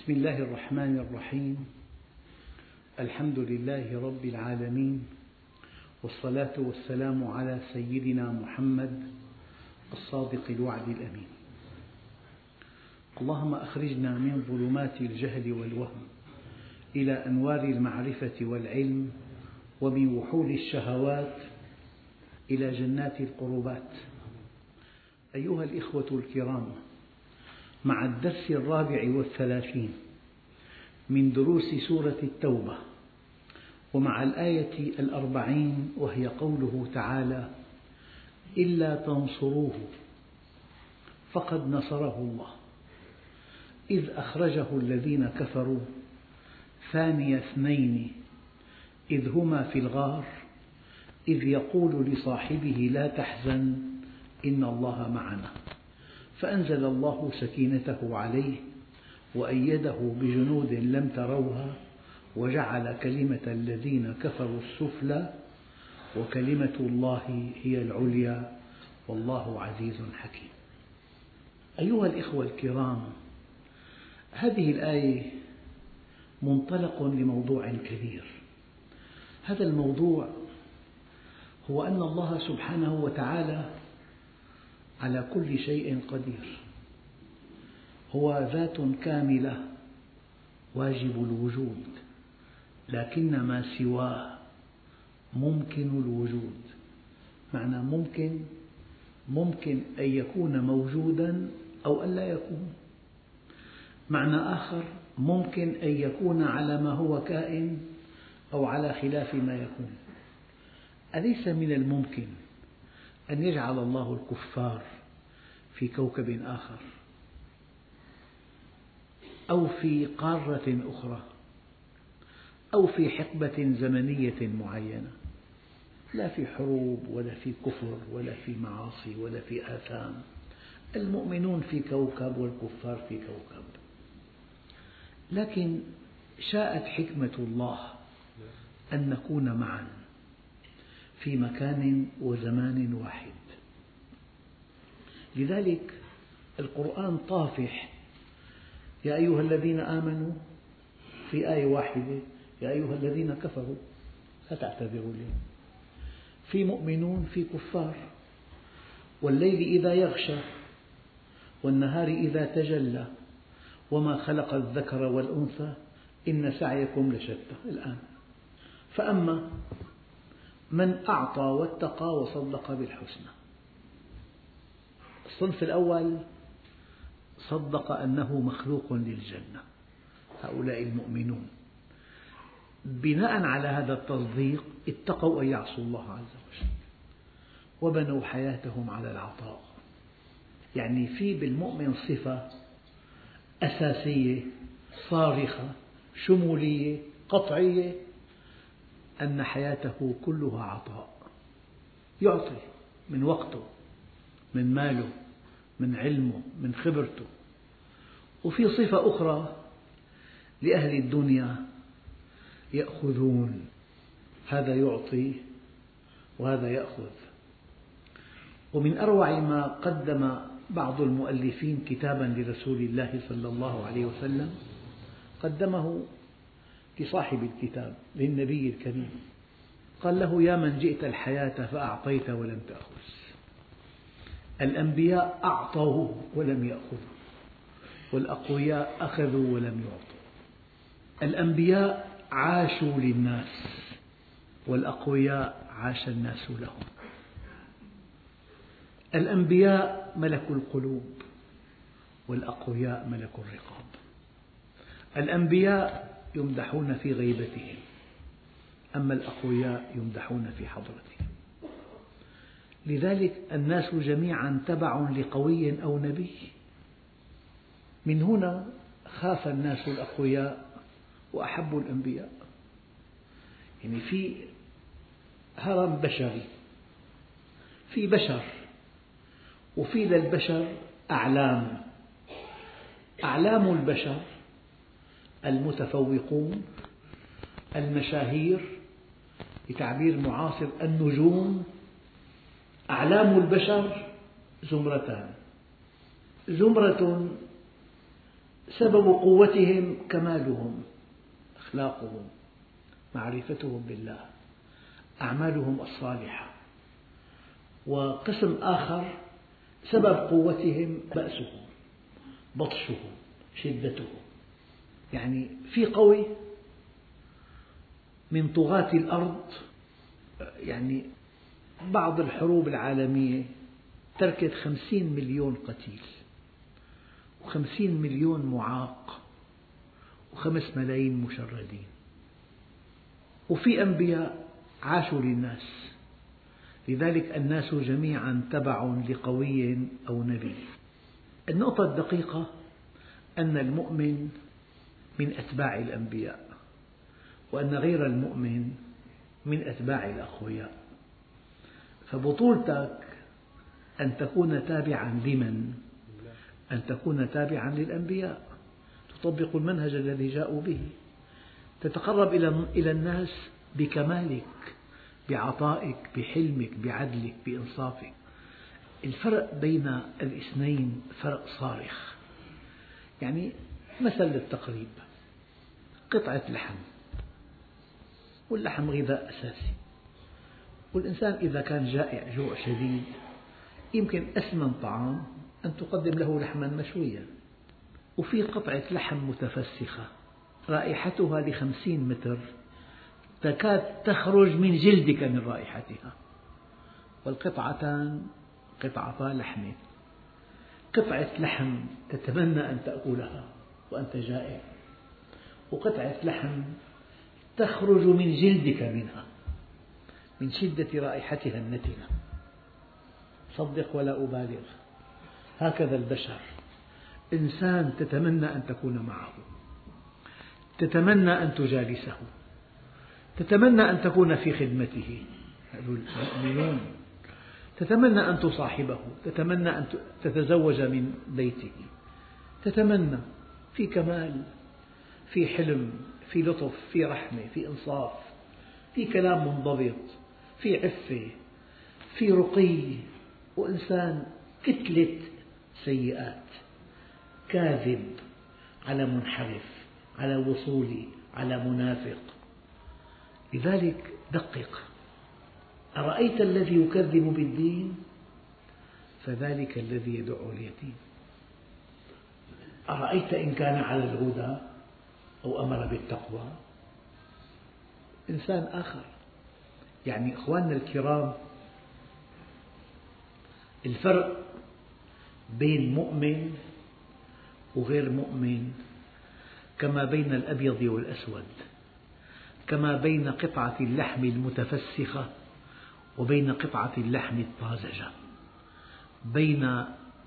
بسم الله الرحمن الرحيم. الحمد لله رب العالمين، والصلاة والسلام على سيدنا محمد الصادق الوعد الأمين. اللهم أخرجنا من ظلمات الجهل والوهم إلى أنوار المعرفة والعلم، ومن وحول الشهوات إلى جنات القربات. أيها الإخوة الكرام، مع الدرس 34 من دروس سورة التوبة، ومع الآية 40 وهي قوله تعالى: إلا تنصروه فقد نصره الله إذ أخرجه الذين كفروا ثاني اثنين إذ هما في الغار إذ يقول لصاحبه لا تحزن إن الله معنا، فأنزل الله سكينته عليه وأيده بجنود لم تروها وجعل كلمة الذين كفروا السفلى وكلمة الله هي العليا والله عزيز حكيم. أيها الإخوة الكرام، هذه الآية منطلق لموضوع كبير. هذا الموضوع هو أن الله سبحانه وتعالى على كل شيء قدير، هو ذات كاملة واجب الوجود، لكن ما سواه ممكن الوجود. معنى ممكن أن يكون موجودا أو أن لا يكون. معنى آخر، ممكن أن يكون على ما هو كائن أو على خلاف ما يكون. أليس من الممكن أن يجعل الله الكفار في كوكب آخر أو في قارة أخرى أو في حقبة زمنية معينة، لا في حروب ولا في كفر ولا في معاصي ولا في آثام، المؤمنون في كوكب والكفار في كوكب، لكن شاءت حكمة الله أن نكون معا في مكان وزمان واحد. لذلك القرآن طافح: يا أيها الذين آمنوا، في آية واحدة يا أيها الذين كفروا لا تعتذروا اليوم. في مؤمنون في كفار. والليل إذا يغشى والنهار إذا تجلى وما خلق الذكر والأنثى إن سعيكم لشتى. الآن فأما من أعطى واتقى وصدق بالحسنى، الصنف الأول صدق أنه مخلوق للجنة، هؤلاء المؤمنون. بناء على هذا التصديق اتقوا أن يعصوا الله عز وجل وبنوا حياتهم على العطاء. يعني في بالمؤمن صفة أساسية صارخة شمولية قطعية، أن حياته كلها عطاء، يعطي من وقته، من ماله، من علمه، من خبرته. وفي صفة أخرى لأهل الدنيا يأخذون، هذا يعطي وهذا يأخذ. ومن أروع ما قدم بعض المؤلفين كتابا لرسول الله صلى الله عليه وسلم، قدمه لصاحب الكتاب للنبي الكريم، قال له: يا من جئت الحياة فأعطيت ولم تأخذ. الأنبياء أعطوا ولم يأخذوا، والأقوياء أخذوا ولم يعطوا. الأنبياء عاشوا للناس، والأقوياء عاش الناس لهم. الأنبياء ملكوا القلوب، والأقوياء ملكوا الرقاب. الأنبياء يمدحون في غيبتهم، أما الأقوياء يمدحون في حضرتهم. لذلك الناس جميعا تبع لقوي أو نبي. من هنا خاف الناس الأقوياء وأحبوا الأنبياء. يعني في هرم بشري، في بشر، وفي للبشر أعلام. أعلام البشر المتفوقون، المشاهير، بتعبير معاصر النجوم. أعلام البشر زمرتان: زمرة سبب قوتهم كمالهم، أخلاقهم، معرفتهم بالله، أعمالهم الصالحة. وقسم آخر سبب قوتهم بأسهم، بطشهم، شدتهم. يعني في قوي من طغاة الأرض. يعني بعض الحروب العالمية تركت 50 مليون قتيل و50 مليون معاق و5 ملايين مشردين، وفي أنبياء عاشوا للناس. لذلك الناس جميعا تبع لقوي أو نبي. النقطة الدقيقة أن المؤمن من أتباع الأنبياء، وأن غير المؤمن من أتباع الأقوياء. فبطولتك أن تكون تابعا لمن؟ أن تكون تابعا للأنبياء، تطبق المنهج الذي جاءوا به، تتقرب إلى الناس بكمالك، بعطائك، بحلمك، بعدلك، بإنصافك. الفرق بين الاثنين فرق صارخ. يعني مثل للتقريب، قطعة لحم، واللحم غذاء أساسي، والإنسان إذا كان جائع جوع شديد يمكن أثمن طعام أن تقدم له لحما مشويا. وفي قطعة لحم متفسخة رائحتها ل50 متر تكاد تخرج من جلدك من رائحتها، والقطعتان قطعتا لحم. قطعة لحم تتمنى أن تأكلها وأنت جائع، وقطعة لحم تخرج من جلدك منها من شدة رائحتها النتنة. صدق ولا أبالغ، هكذا البشر. إنسان تتمنى أن تكون معه، تتمنى أن تجالسه، تتمنى أن تكون في خدمته، المؤمنون. تتمنى أن تصاحبه، تتمنى أن تتزوج من بيته، تتمنى في كمال، في حلم، في لطف، في رحمة، في إنصاف، في كلام منضبط، في عفة، في رقي. وإنسان كتلة سيئات، كاذب، على منحرف، على وصولي، على منافق. لذلك دقق، أرأيت الذي يكذب بالدين فذلك الذي يدع اليتيم. أرأيت إن كان على الهدى أو أمر بالتقوى؟ إنسان آخر. يعني إخواننا الكرام، الفرق بين مؤمن وغير مؤمن كما بين الأبيض والأسود، كما بين قطعة اللحم المتفسخة وبين قطعة اللحم الطازجة، بين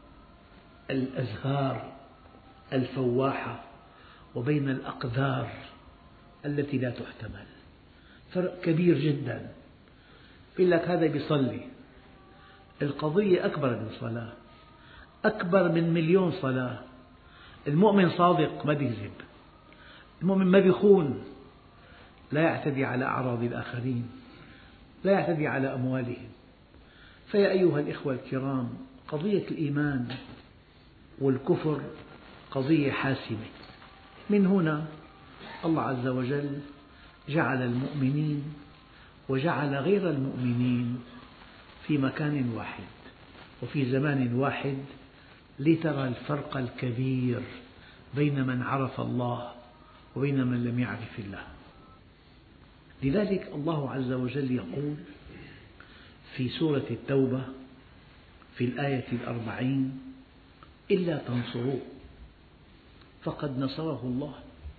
الأزهار الفواحة وبين الأقذار التي لا تحتمل. فرق كبير جدا. يقول لك هذا بيصلي، القضية أكبر من صلاة، أكبر من مليون صلاة. المؤمن صادق، ما بيكذب، المؤمن ما بيخون، لا يعتدي على أعراض الآخرين، لا يعتدي على أموالهم. فيا أيها الإخوة الكرام، قضية الإيمان والكفر قضية حاسمة. من هنا الله عز وجل جعل المؤمنين وجعل غير المؤمنين في مكان واحد وفي زمان واحد، لترى الفرق الكبير بين من عرف الله وبين من لم يعرف الله. لذلك الله عز وجل يقول في سورة التوبة في الآية 40: إلا تنصروه فقد نصره الله.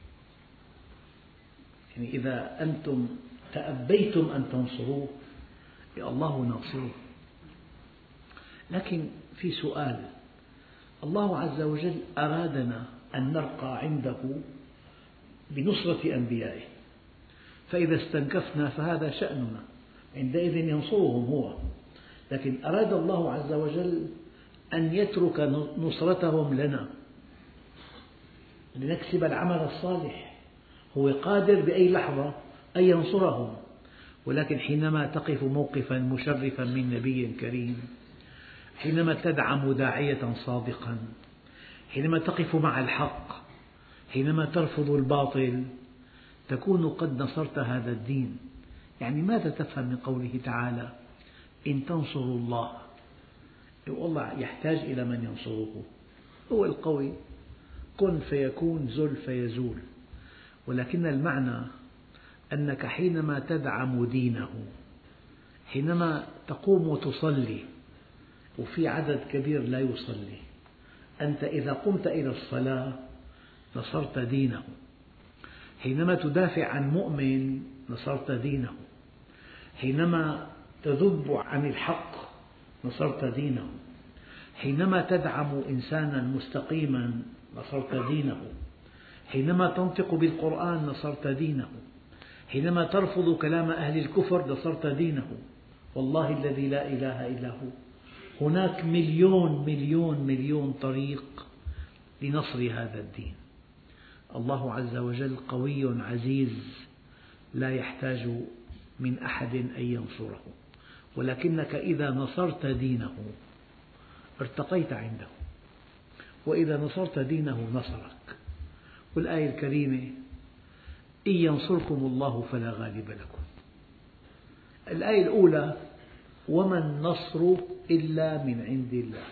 يعني إذا أنتم تأبيتم أن تنصروه الله ناصره. لكن في سؤال، الله عز وجل أرادنا أن نرقى عنده بنصرة أنبيائه، فإذا استنكفنا فهذا شأننا، عندئذ ينصرهم هو. لكن أراد الله عز وجل أن يترك نصرتهم لنا لنكسب العمل الصالح. هو قادر بأي لحظة أن ينصرهم، ولكن حينما تقف موقفا مشرفا من نبي كريم، حينما تدعم داعية صادقا، حينما تقف مع الحق حينما ترفض الباطل تكون قد نصرت هذا الدين. يعني ماذا تفهم من قوله تعالى إن تنصروا الله؟ والله يحتاج إلى من ينصره، هو القوي، كن فيكون، زل فيزول. ولكن المعنى أنك حينما تدعم دينه، حينما تقوم وتصلي وفي عدد كبير لا يصلي، أنت إذا قمت إلى الصلاة نصرت دينه. حينما تدافع عن مؤمن نصرت دينه. حينما تذب عن الحق نصرت دينه. حينما تدعم إنسانا مستقيما نصرت دينه. حينما تنطق بالقرآن نصرت دينه. حينما ترفض كلام أهل الكفر نصرت دينه. والله الذي لا إله إلا هو، هناك مليون مليون مليون طريق لنصر هذا الدين. الله عز وجل قوي عزيز لا يحتاج من أحد أن ينصره، ولكنك إذا نصرت دينه ارتقيت عنده، وإذا نصرت دينه نصرك. والآية الكريمة إن ينصركم الله فلا غالب لكم. الآية الأولى وما النصر إلا من عند الله،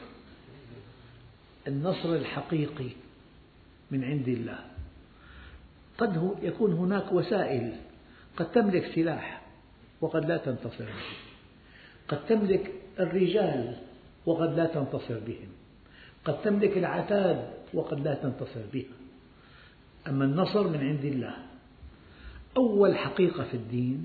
النصر الحقيقي من عند الله. قد يكون هناك وسائل، قد تملك سلاح وقد لا تنتصر به، قد تملك الرجال وقد لا تنتصر بهم، قد تملك العتاد وقد لا تنتصر بها. أما النصر من عند الله. أول حقيقة في الدين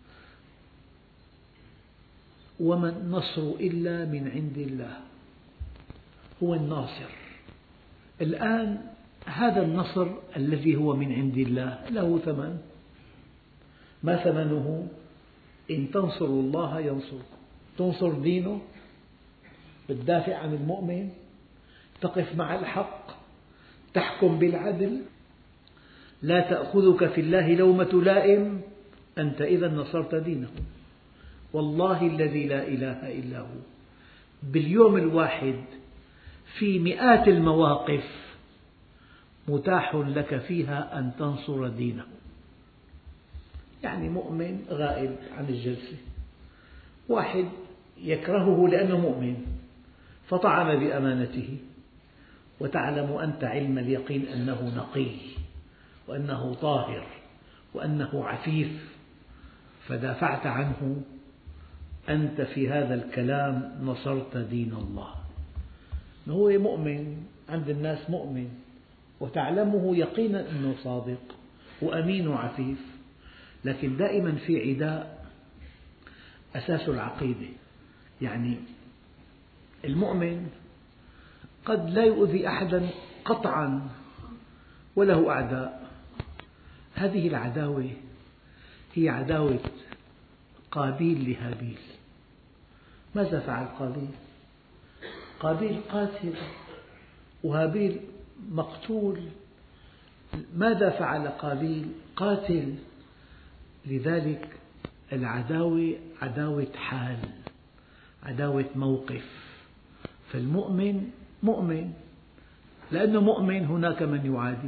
وما النصر إلا من عند الله، هو الناصر. الآن هذا النصر الذي هو من عند الله له ثمن. ما ثمنه؟ إن تنصروا الله ينصركم. تنصر دينه، تدافع عن المؤمن، تقف مع الحق، تحكم بالعدل، لا تأخذك في الله لومة لائم، أنت إذا نصرت دينه. والله الذي لا إله إلا هو، باليوم الواحد في مئات المواقف متاح لك فيها أن تنصر دينه. يعني مؤمن غائب عن الجلسة، واحد يكرهه لأنه مؤمن فطعن بأمانته، وتعلم أنت علم اليقين أنه نقي وأنه طاهر وأنه عفيف، فدافعت عنه، أنت في هذا الكلام نصرت دين الله. هو مؤمن، عند الناس مؤمن وتعلمه يقينا أنه صادق وأمين وعفيف، لكن دائما في عداء أساس العقيدة. يعني المؤمن قد لا يؤذي أحدا قطعا وله أعداء. هذه العداوة هي عداوة قابيل لهابيل. ماذا فعل قابيل؟ قابيل قاتل وهابيل مقتول. ماذا فعل قابيل؟ قاتل. لذلك العداوة عداوة حال، عداوة موقف. فالمؤمن مؤمن، لأنه مؤمن هناك من يعادي.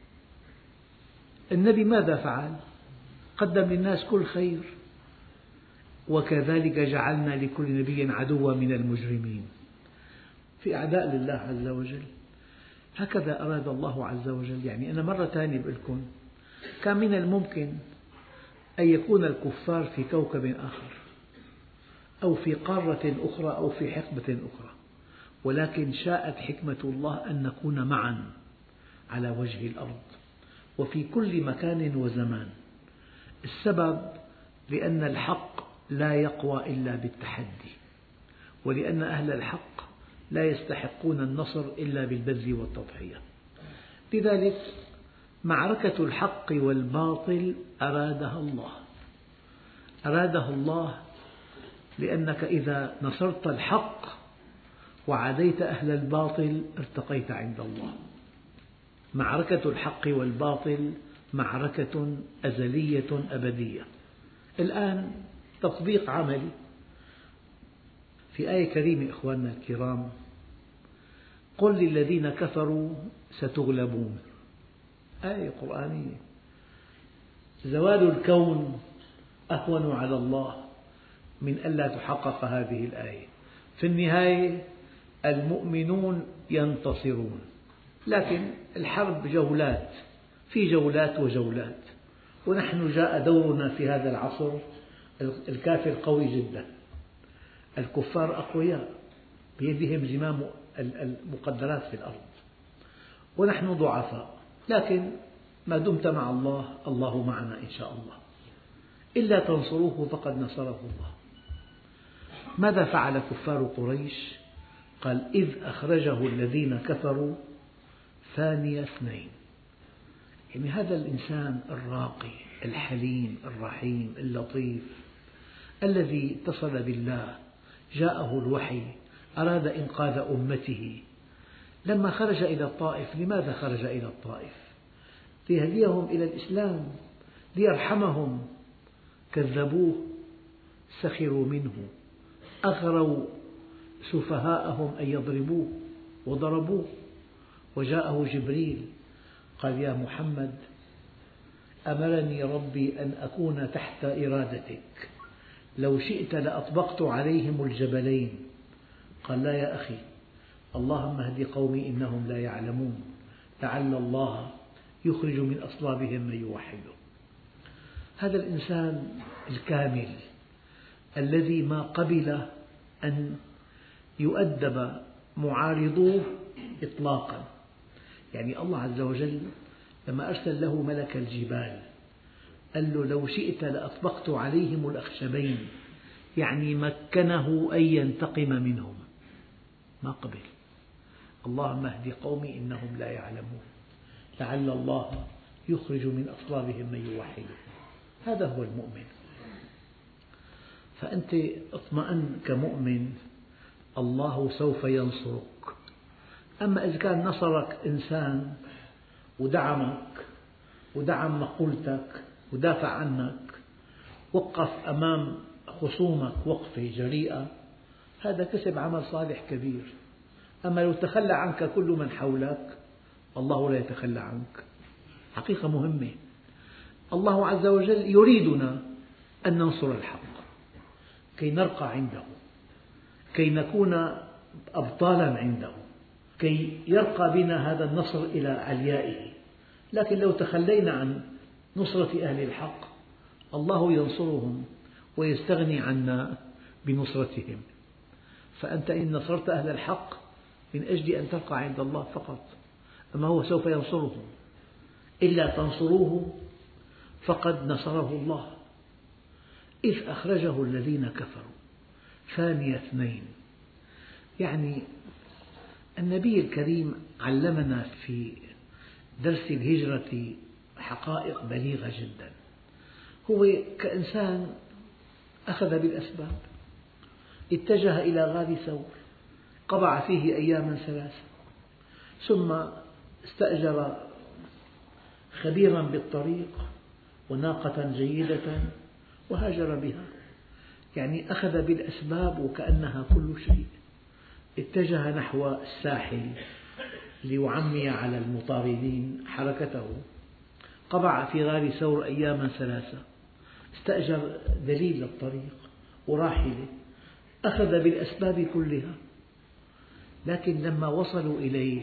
النبي ماذا فعل؟ قدم للناس كل خير، وكذلك جعلنا لكل نبي عدوا من المجرمين. في أعداء لله عز وجل، هكذا أراد الله عز وجل. يعني أنا مرة ثانية بقول لكم، كان من الممكن أن يكون الكفار في كوكب آخر أو في قارة أخرى أو في حقبة أخرى، ولكن شاءت حكمة الله أن نكون معا على وجه الأرض وفي كل مكان وزمان. السبب لأن الحق لا يقوى إلا بالتحدي، ولأن أهل الحق لا يستحقون النصر إلا بالبذل والتضحية. لذلك معركة الحق والباطل أرادها الله، أرادها الله، لأنك إذا نصرت الحق وعاديت أهل الباطل ارتقيت عند الله. معركة الحق والباطل معركة أزلية أبدية. الآن تطبيق عملي في آية كريمة إخواننا الكرام: قل للذين كفروا ستغلبون. آية قرآنية. زوال الكون أهون على الله من ألا تحقق هذه الآية. في النهاية المؤمنون ينتصرون، لكن الحرب جولات، في جولات وجولات، ونحن جاء دورنا في هذا العصر. الكافر قوي جدا، الكفار أقوياء بيدهم زمام المقدرات في الأرض، ونحن ضعفاء، لكن ما دمت مع الله، الله معنا إن شاء الله. إلا تنصروه فقد نصره الله. ماذا فعل كفار قريش؟ قال: إذ أخرجه الذين كفروا ثاني اثنين. يعني هذا الإنسان الراقي الحليم الرحيم اللطيف الذي اتصل بالله، جاءه الوحي، أراد إنقاذ أمته. لما خرج إلى الطائف، لماذا خرج إلى الطائف؟ ليهديهم إلى الإسلام، ليرحمهم. كذبوه، سخروا منه، أغروا سفهاءهم أن يضربوه وضربوه. وجاءه جبريل قال: يا محمد، أمرني ربي أن أكون تحت إرادتك، لو شئت لأطبقت عليهم الجبلين. قال: لا يا أخي، اللهم اهد قومي إنهم لا يعلمون، لعل الله يخرج من أصلابهم من يوحده. هذا الإنسان الكامل الذي ما قبل أن يؤدب معارضوه إطلاقا. يعني الله عز وجل لما أرسل له ملك الجبال قال له: لو شئت لأطبقت عليهم الأخشبين، يعني مكنه أن ينتقم منهم، ما قبل. اللهم اهد قومي إنهم لا يعلمون، لعل الله يخرج من أصلابهم من يوحده. هذا هو المؤمن. فأنت اطمئن كمؤمن، الله سوف ينصرك. أما إذا كان نصرك إنسان ودعمك ودعم مقولتك ودافع عنك، وقف أمام خصومك وقفة جريئة، هذا كسب عمل صالح كبير. أما لو تخلى عنك كل من حولك، الله لا يتخلى عنك. حقيقة مهمة. الله عز وجل يريدنا أن ننصر الحق كي نرقى عنده، كي نكون أبطالا عنده، كي يرقى بنا هذا النصر إلى عليائه. لكن لو تخلينا عن نصرة أهل الحق، الله ينصرهم ويستغني عنا بنصرتهم. فأنت إن نصرت أهل الحق من أجل أن ترقى عند الله فقط، أما هو سوف ينصرهم. إلا تنصروه فقد نصره الله. إذ أخرجه الذين كفروا ثاني اثنين. يعني النبي الكريم علمنا في درس الهجرة حقائق بليغة جدا. هو كإنسان أخذ بالأسباب، اتجه إلى غار ثور، قبع فيه أياما ثلاثة، ثم استأجر خبيرا بالطريق وناقة جيدة وهاجر بها. يعني أخذ بالأسباب وكأنها كل شيء. اتجه نحو الساحل ليعمي على المطاردين حركته، قبع في غار ثور أياما ثلاثة، استأجر دليل للطريق وراحلة، أخذ بالأسباب كلها. لكن لما وصلوا إليه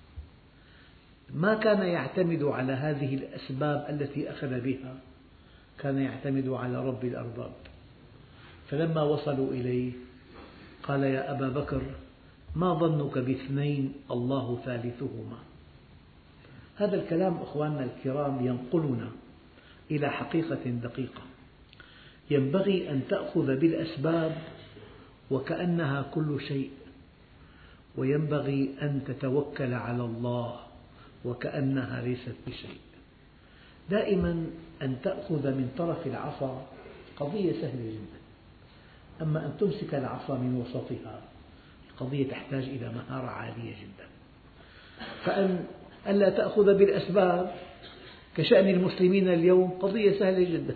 ما كان يعتمد على هذه الأسباب التي أخذ بها، كان يعتمد على رب الأرباب. فلما وصلوا إليه قال: يا أبا بكر، ما ظنك باثنين الله ثالثهما. هذا الكلام أخواننا الكرام ينقلنا إلى حقيقة دقيقة. ينبغي أن تأخذ بالأسباب وكأنها كل شيء، وينبغي أن تتوكل على الله وكأنها ليست بشيء. دائما أن تأخذ من طرف العصا قضية سهلة جدا، أما أن تمسك العصا من وسطها القضية تحتاج إلى مهارة عالية جدا. فأن ألا تأخذ بالأسباب كشأن المسلمين اليوم قضية سهلة جدا،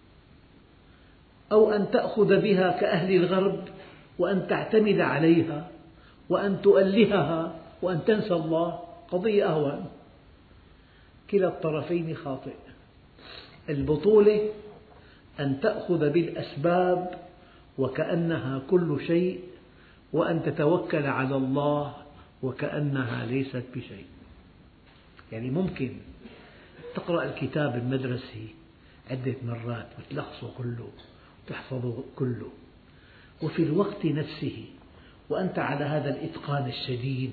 أو أن تأخذ بها كأهل الغرب وأن تعتمد عليها وأن تؤلهها وأن تنسى الله قضية أهون. كلا الطرفين خاطئ. البطولة أن تأخذ بالأسباب وكأنها كل شيء، وأن تتوكل على الله وكأنها ليست بشيء. يعني ممكن تقرأ الكتاب المدرسي عدة مرات وتلخصه كله وتحفظه كله، وفي الوقت نفسه وأنت على هذا الإتقان الشديد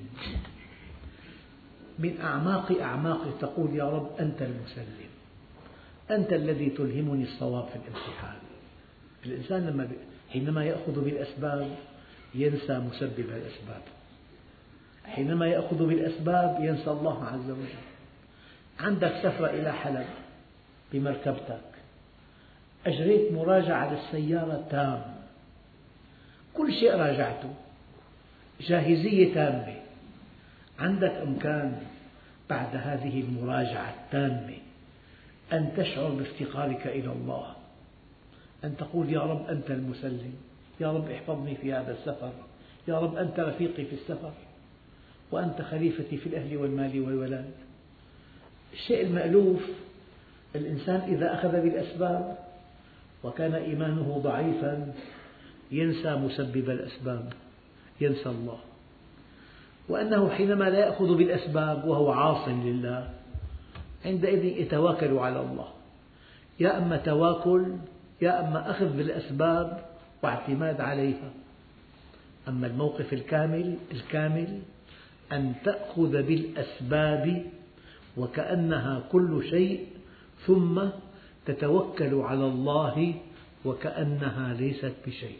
من أعماق تقول يا رب أنت المسلم، أنت الذي تلهمني الصواب في الامتحان. الإنسان حينما يأخذ بالأسباب ينسى مسبب الأسباب، حينما يأخذ بالأسباب ينسى الله عز وجل. عندك سفرة إلى حلب بمركبتك، أجريت مراجعة للسيارة تام، كل شيء راجعته، جاهزية تامة. عندك إمكان بعد هذه المراجعة التامة أن تشعر بافتقارك إلى الله، أن تقول يا رب أنت المسلم، يا رب احفظني في هذا السفر، يا رب أنت رفيقي في السفر، وأنت خليفتي في الأهل والمال والولد. الشيء المألوف الإنسان إذا أخذ بالأسباب وكان إيمانه ضعيفا ينسى مسبب الأسباب، ينسى الله، وأنه حينما لا يأخذ بالأسباب وهو عاص لله عندئذ يتواكل على الله، يا أما تواكل يا أما أخذ بالأسباب واعتماد عليها. أما الموقف الكامل أن تأخذ بالأسباب وكأنها كل شيء، ثم تتوكل على الله وكأنها ليست بشيء.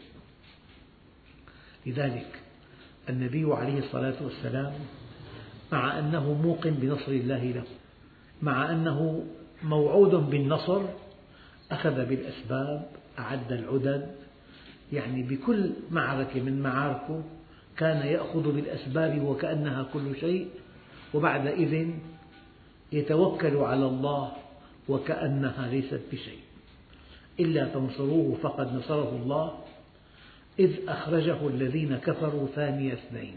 لذلك النبي عليه الصلاة والسلام مع أنه موقن بنصر الله له، مع أنه موعود بالنصر، أخذ بالأسباب، أعد العدد، يعني بكل معركة من معاركه كان يأخذ بالأسباب وكأنها كل شيء، وبعد إذن يتوكل على الله وكأنها ليست بشيء. إلا تنصروه فقد نصره الله إذ أخرجه الذين كفروا ثاني اثنين.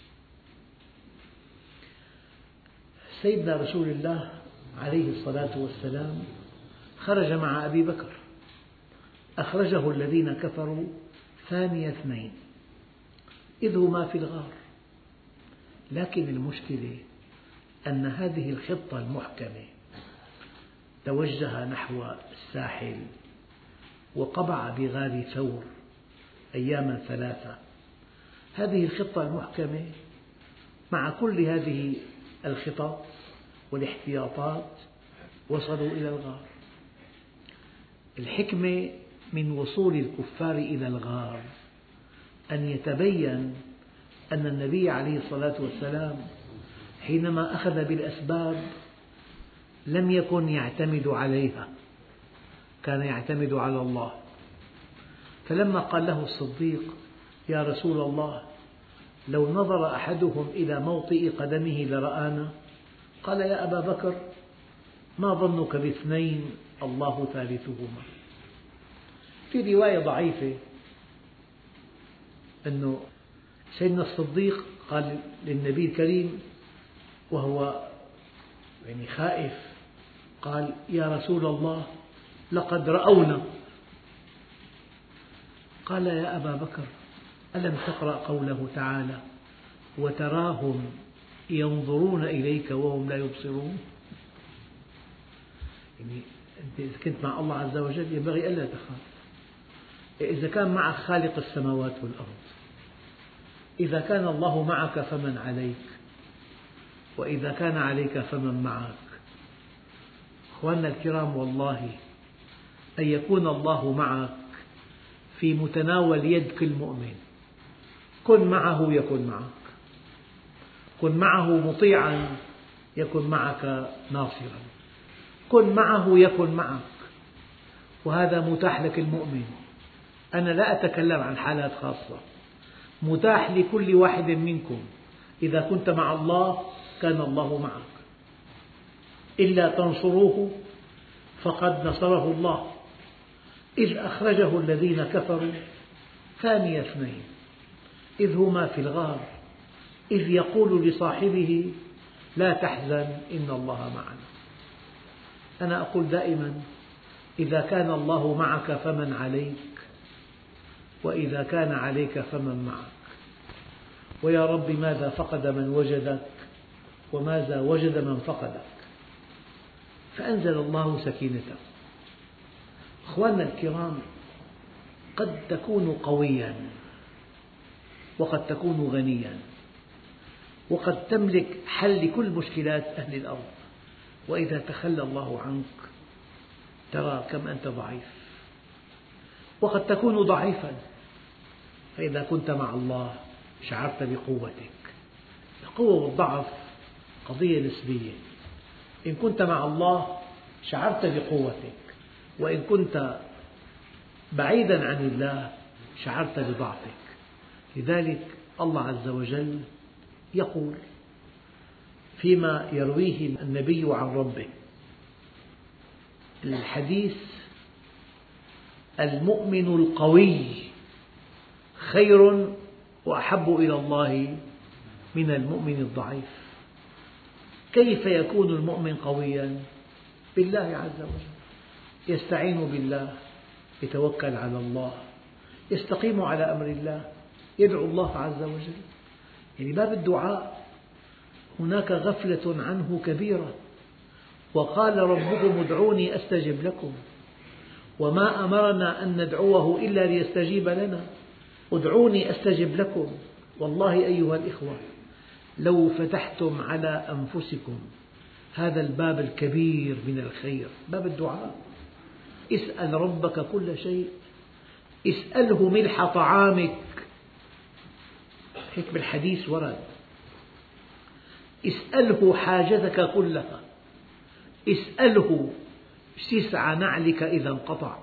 سيدنا رسول الله عليه الصلاة والسلام خرج مع أبي بكر، أخرجه الذين كفروا ثاني اثنين إذ هما في الغار. لكن المشكلة أن هذه الخطة المحكمة توجه نحو الساحل وقبع بغار ثور أياما ثلاثة. هذه الخطة المحكمة مع كل هذه الخطط والاحتياطات وصلوا إلى الغار. الحكمة من وصول الكفار إلى الغار أن يتبين أن النبي عليه الصلاة والسلام حينما أخذ بالأسباب لم يكن يعتمد عليها، كان يعتمد على الله. فلما قال له الصديق يا رسول الله لو نظر أحدهم إلى موطئ قدمه لرآنا، قال يا أبا بكر ما ظنك باثنين الله ثالثهما. في رواية ضعيفة أن سيدنا الصديق قال للنبي الكريم وهو خائف، قال يا رسول الله لقد رأونا. قال يا أبا بكر ألم تقرأ قوله تعالى وتراهم ينظرون إليك وهم لا يبصرون؟ يعني أنت إذا كنت مع الله عز وجل ينبغي ألا تخاف. إذا كان معك خالق السماوات والأرض، إذا كان الله معك فمن عليك، وإذا كان عليك فمن معك. أخواننا الكرام، والله أن يكون الله معك في متناول يد كل مؤمن. كن معه يكن معك، كن معه مطيعا يكن معك ناصرا، كن معه يكن معك، وهذا متاح لك المؤمن. أنا لا أتكلم عن حالات خاصة، متاح لكل واحد منكم. إذا كنت مع الله كان الله معك. إلا تنصروه فقد نصره الله إذ أخرجه الذين كفروا ثاني اثنين إذ هما في الغار إذ يقول لصاحبه لا تحزن إن الله معنا. أنا أقول دائما: إذا كان الله معك فمن عليك، وإذا كان عليك فمن معك. ويا رب ماذا فقد من وجدك، وماذا وجد من فقدك. فأنزل الله سكينته. أخواننا الكرام، قد تكون قويا، وقد تكون غنيا، وقد تملك حل لكل مشكلات أهل الأرض، وإذا تخلى الله عنك ترى كم أنت ضعيف. وقد تكون ضعيفا، فإذا كنت مع الله شعرت بقوتك. القوة والضعف قضية نسبية. إن كنت مع الله شعرت بقوتك، وإن كنت بعيدا عن الله شعرت بضعفك. لذلك الله عز وجل يقول فيما يرويه النبي عن ربه الحديث: المؤمن القوي خير وأحب إلى الله من المؤمن الضعيف. كيف يكون المؤمن قويا؟ بالله عز وجل، يستعين بالله، يتوكل على الله، يستقيم على أمر الله، يدعو الله عز وجل. يعني باب الدعاء هناك غفلة عنه كبيرة. وقال ربكم ادعوني أستجب لكم، وما أمرنا أن ندعوه إلا ليستجيب لنا. ادعوني أستجب لكم. والله أيها الإخوة، لو فتحتم على أنفسكم هذا الباب الكبير من الخير، باب الدعاء، اسأل ربك كل شيء. اسأله ملح طعامك، هيك بالحديث ورد. اسأله حاجتك كلها. اسأله سسع نعلك إذا انقطع.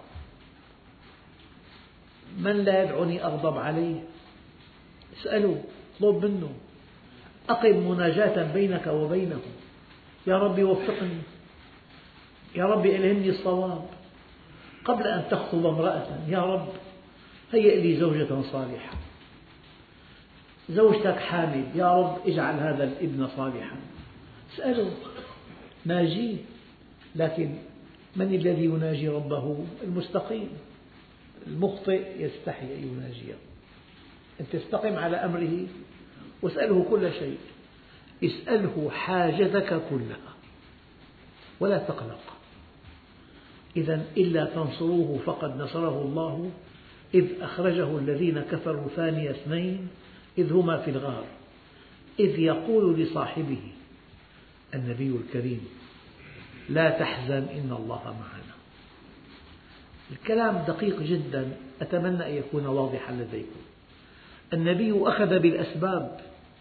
من لا يدعني أغضب عليه. اسأله، اطلب منه. أقم مناجاة بينك وبينه: يا رب وفقني، يا رب ألهمني الصواب. قبل أن تخطب امرأة: يا رب هيئ لي زوجة صالحة. زوجتك حامل: يا رب اجعل هذا الابن صالحا. اسأله، ناجيه. لكن من الذي يناجي ربه؟ المستقيم. المخطئ يستحي أن يناجيه. أنت استقم على أمره واسأله كل شيء. اسأله حاجتك كلها ولا تقلق. إذا إلا تنصروه فقد نصره الله إذ أخرجه الذين كفروا ثاني اثنين إذ هما في الغار إذ يقول لصاحبه النبي الكريم: لا تحزن إن الله معنا. الكلام دقيق جدا، أتمنى أن يكون واضحا لديكم. النبي أخذ بالأسباب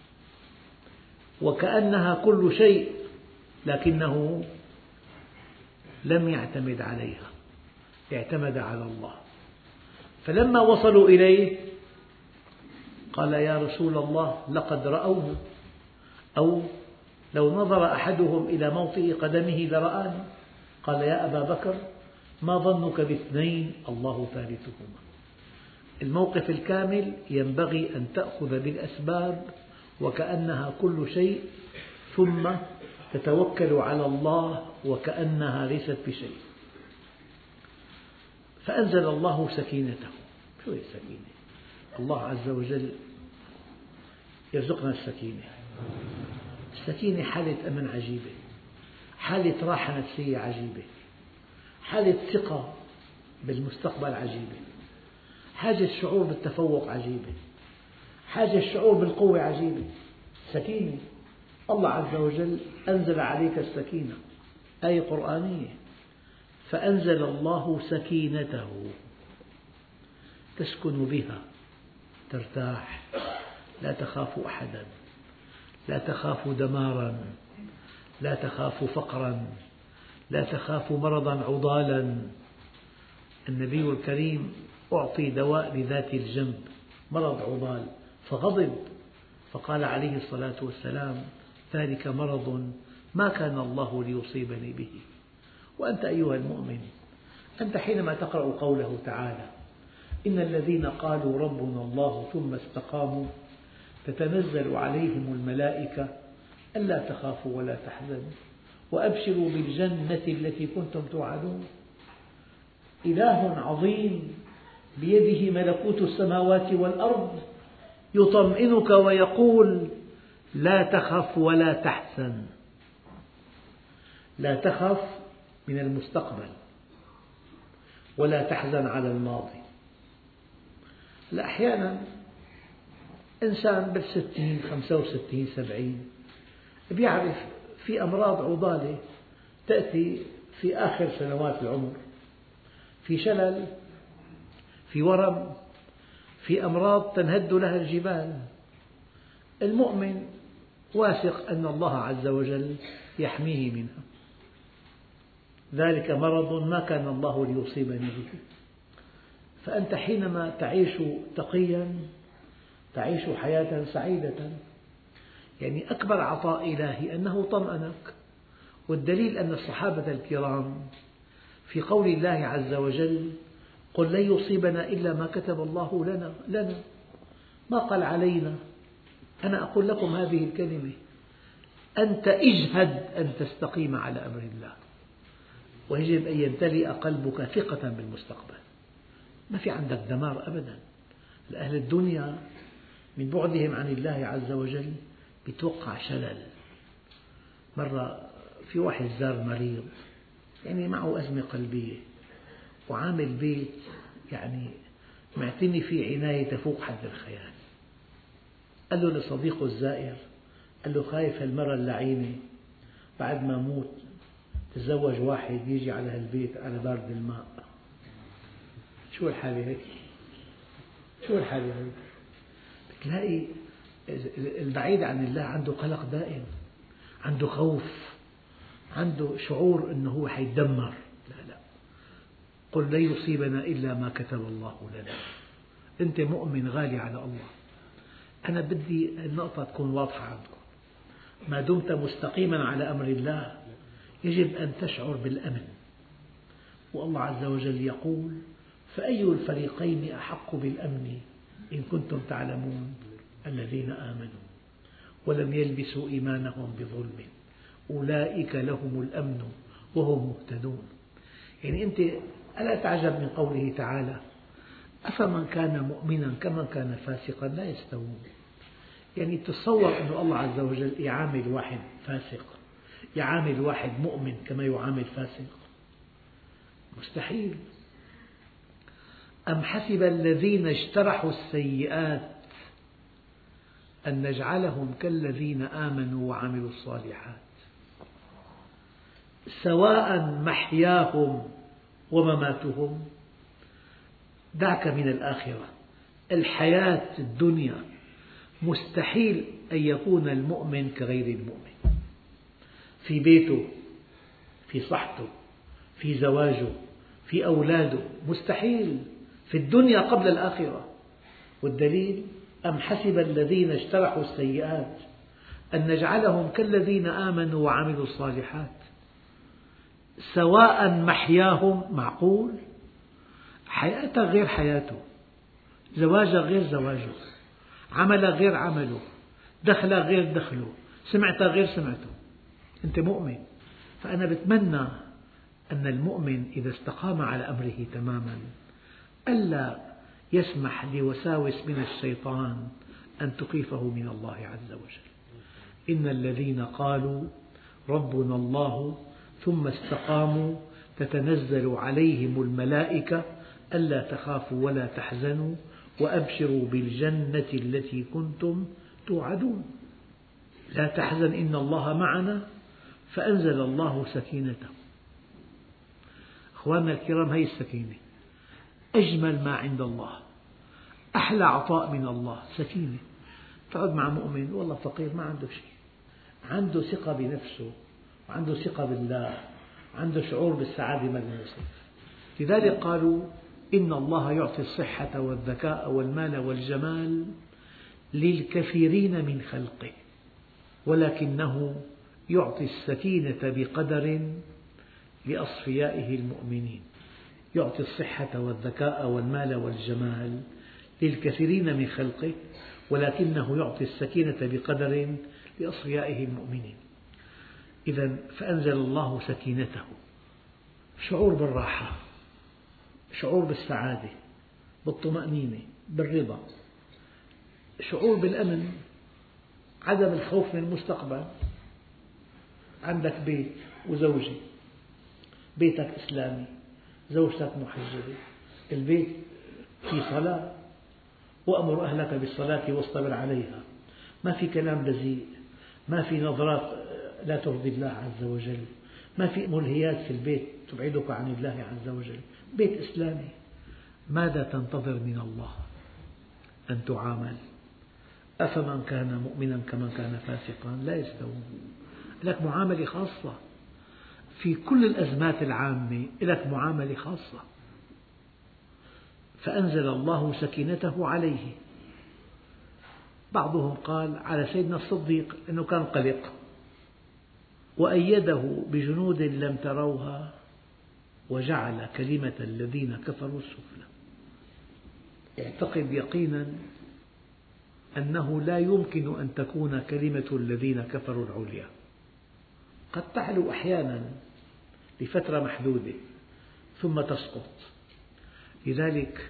وكأنها كل شيء، لكنه لم يعتمد عليها، اعتمد على الله. فلما وصلوا إليه قال: يا رسول الله لقد رأوه، أو لو نظر أحدهم إلى موطئ قدمه لرآني. قال: يا أبا بكر ما ظنك باثنين الله ثالثهما. الموقف الكامل ينبغي أن تأخذ بالأسباب وكأنها كل شيء، ثم تتوكل على الله وكأنها ليست بشيء. فأنزل الله سكينته. شو هي السكينة؟ الله عز وجل يرزقنا السكينة. السكينة حالة أمن عجيبة، حالة راحة نفسية عجيبة، حالة ثقة بالمستقبل عجيبة، حاجة الشعور بالتفوق عجيبة، حاجة الشعور بالقوة عجيبة. سكينة. الله عز وجل أنزل عليك السكينة، آية قرآنية. فأنزل الله سكينته تسكن بها، ترتاح، لا تخاف أحدا، لا تخاف دمارا، لا تخاف فقرا، لا تخاف مرضا عضالا. النبي الكريم أعطي دواء لذات الجنب، مرض عضال، فغضب، فقال عليه الصلاة والسلام: ذلك مرض ما كان الله ليصيبني به. وأنت أيها المؤمن، أنت حينما تقرأ قوله تعالى: إن الذين قالوا ربنا الله ثم استقاموا تتنزل عليهم الملائكة ألا تخافوا ولا تحزنوا وأبشروا بالجنة التي كنتم توعدون. إله عظيم بيده ملكوت السماوات والأرض يطمئنك ويقول: لا تخف ولا تحزن. لا تخف من المستقبل ولا تحزن على الماضي. أحيانا إنسان بالستين 65 70 بيعرف في أمراض عضالة تأتي في آخر سنوات العمر، في شلل، في ورم، في أمراض تنهد لها الجبال. المؤمن واثق أن الله عز وجل يحميه منها. ذلك مرض ما كان الله ليصيبني به. فأنت حينما تعيش تقيا تعيش حياة سعيدة. يعني أكبر عطاء إلهي أنه طمأنك. والدليل أن الصحابة الكرام في قول الله عز وجل: قل لن يصيبنا إلا ما كتب الله لنا، ما قال علينا. أنا أقول لكم هذه الكلمة: أنت اجهد أن تستقيم على أمر الله، ويجب أن يمتلئ قلبك ثقة بالمستقبل. ما في عندك دمار أبدا. أهل الدنيا من بعدهم عن الله عز وجل يتوقع شلل. مرة في واحد زار مريض، يعني معه أزمة قلبية، وعامل بيت يعني معتني فيه عناية تفوق حد الخيال. قال له لصديقه الزائر، قال له: خايف المرأة اللعينة بعد ما موت تتزوج واحد يجي على هالبيت على بارد الماء. شو الحالة هيك؟ شو الحالة هيك؟ بتلاقي البعيد عن الله عنده قلق دائم، عنده خوف، عنده شعور أنه هو حيتدمر. لا، قل لن يصيبنا إلا ما كتب الله لنا. أنت مؤمن غالي على الله. أنا بدي النقطة تكون واضحة عندكم. ما دمت مستقيما على أمر الله يجب أن تشعر بالأمن. والله عز وجل يقول: فأي الفريقين أحق بالأمن إن كنتم تعلمون الذين آمنوا ولم يلبسوا إيمانهم بظلم أولئك لهم الأمن وهم مهتدون. يعني أنت ألا تعجب من قوله تعالى: أفمن كان مؤمنا كمن كان فاسقا لا يستوون. يعني تصور أن الله عز وجل يعامل واحد فاسق، يعامل واحد مؤمن كما يعامل فاسق؟ مستحيل. أم حسب الذين اجترحوا السيئات أن نجعلهم كالذين آمنوا وعملوا الصالحات سواء محياهم ومماتهم. دعك من الآخرة، الحياة الدنيا مستحيل أن يكون المؤمن كغير المؤمن، في بيته، في صحته، في زواجه، في أولاده، مستحيل، في الدنيا قبل الآخرة. والدليل: أم حسب الذين اجترحوا السيئات أن نجعلهم كالذين آمنوا وعملوا الصالحات سواء محياهم. معقول؟ حياتك غير حياته، زواجك غير زواجه، عملك غير عمله، دخلك غير دخله، سمعتك غير سمعته. أنت مؤمن. فأنا بتمنى أن المؤمن إذا استقام على أمره تماما ألا يسمح لوساوس من الشيطان أن تخيفه من الله عز وجل. إن الذين قالوا ربنا الله ثم استقاموا تتنزل عليهم الملائكة ألا تخافوا ولا تحزنوا وأبشروا بالجنة التي كنتم توعدون. لا تحزن إن الله معنا فأنزل الله سكينته. أخواننا الكرام، هذه السكينة أجمل ما عند الله، أحلى عطاء من الله، سكينة. تقعد مع مؤمن والله فقير ما عنده شيء، عنده ثقة بنفسه وعنده ثقة بالله، عنده شعور بالسعادة ما يوصف. لذلك قالوا: إن الله يعطي الصحة والذكاء والمال والجمال للكثيرين من خلقه ولكنه يعطي السكينة بقدر لأصفيائه المؤمنين. يعطي الصحة والذكاء والمال والجمال للكثيرين من خلقه ولكنه يعطي السكينة بقدر لأصفيائه المؤمنين. إذا فأنزل الله سكينته، شعور بالراحة، شعور بالسعادة، بالطمأنينة، بالرضا، شعور بالأمن، عدم الخوف من المستقبل. عندك بيت وزوجة، بيتك إسلامي، زوجتك محجبة، البيت في صلاة، وأمر أهلك بالصلاة واصطبر عليها، ما في كلام بذيء، ما في نظرات لا ترضي الله عز وجل، ما في ملهيات في البيت تبعدك عن الله عز وجل، بيت إسلامي. ماذا تنتظر من الله؟ أن تعامل. أفمن كان مؤمنا كمن كان فاسقا لا يستوون. لك معاملة خاصة في كل الأزمات العامة، لك معاملة خاصة. فأنزل الله سكينته عليه. بعضهم قال على سيدنا الصديق أنه كان قلق، وأيده بجنود لم تروها وجعل كلمة الذين كفروا السفلى. اعتقد يقينا أنه لا يمكن أن تكون كلمة الذين كفروا العليا، قد تعلو أحيانا لفترة محدودة ثم تسقط. لذلك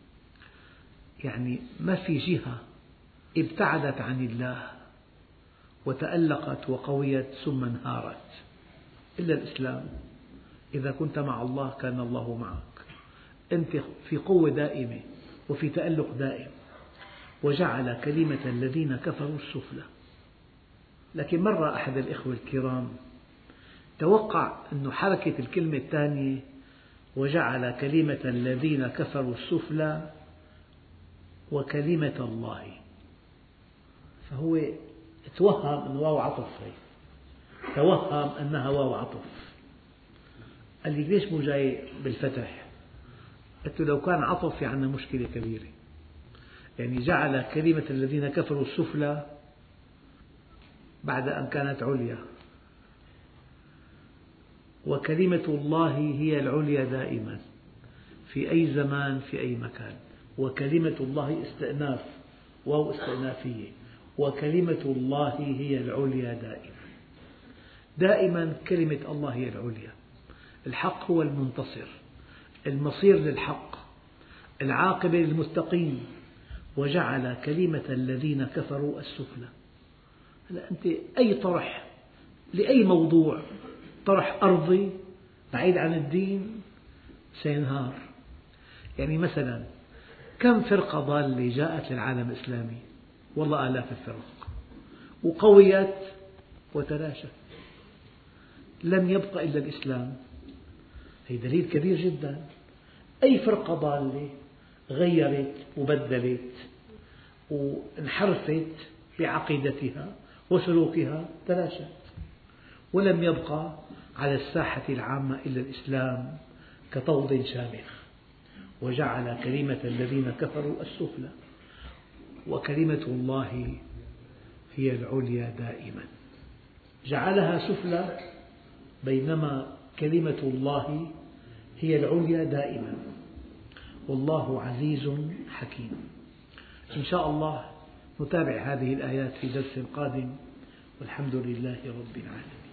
ما في جهة ابتعدت عن الله وتألقت وقويت ثم انهارت إلا الإسلام. إذا كنت مع الله كان الله معك، أنت في قوة دائمة وفي تألق دائم. وجعل كلمة الذين كفروا السفلى. لكن مرة أحد الإخوة الكرام توقع أن حركة الكلمة الثانية وجعل كلمة الذين كفروا السفلى وكلمة الله، فهو توهم أن واو عطف، توهم أنها واو عطف. قال لي ليش مو جاي بالفتح؟ قلت له لو كان عطف في عندنا مشكلة كبيرة. جعل كلمة الذين كفروا السفلى بعد أن كانت عليا، وكلمة الله هي العليا دائما في أي زمان في أي مكان. وكلمة الله استئناف، واو استئنافية، وكلمة الله هي العليا دائما. دائما كلمة الله هي العليا. الحق هو المنتصر، المصير للحق، العاقبة للمتقين. وجعل كلمة الذين كفروا السفلى. أنت أي طرح لأي موضوع، طرح أرضي بعيد عن الدين سينهار. مثلا كم فرقة ضالة جاءت للعالم الإسلامي؟ والله آلاف الفرق، وقويت وتلاشت، لم يبق إلا الإسلام. هذا دليل كبير جدا. أي فرقة ضالة غيرت وبدلت وانحرفت بعقيدتها وسلوكها تلاشت، ولم يبقى على الساحة العامة إلا الإسلام كطود شامخ. وجعل كلمة الذين كفروا السفلى وكلمة الله هي العليا دائما. جعلها سفلى بينما كلمة الله هي العليا دائما. والله عزيز حكيم. إن شاء الله نتابع هذه الآيات في درس قادم، والحمد لله رب العالمين.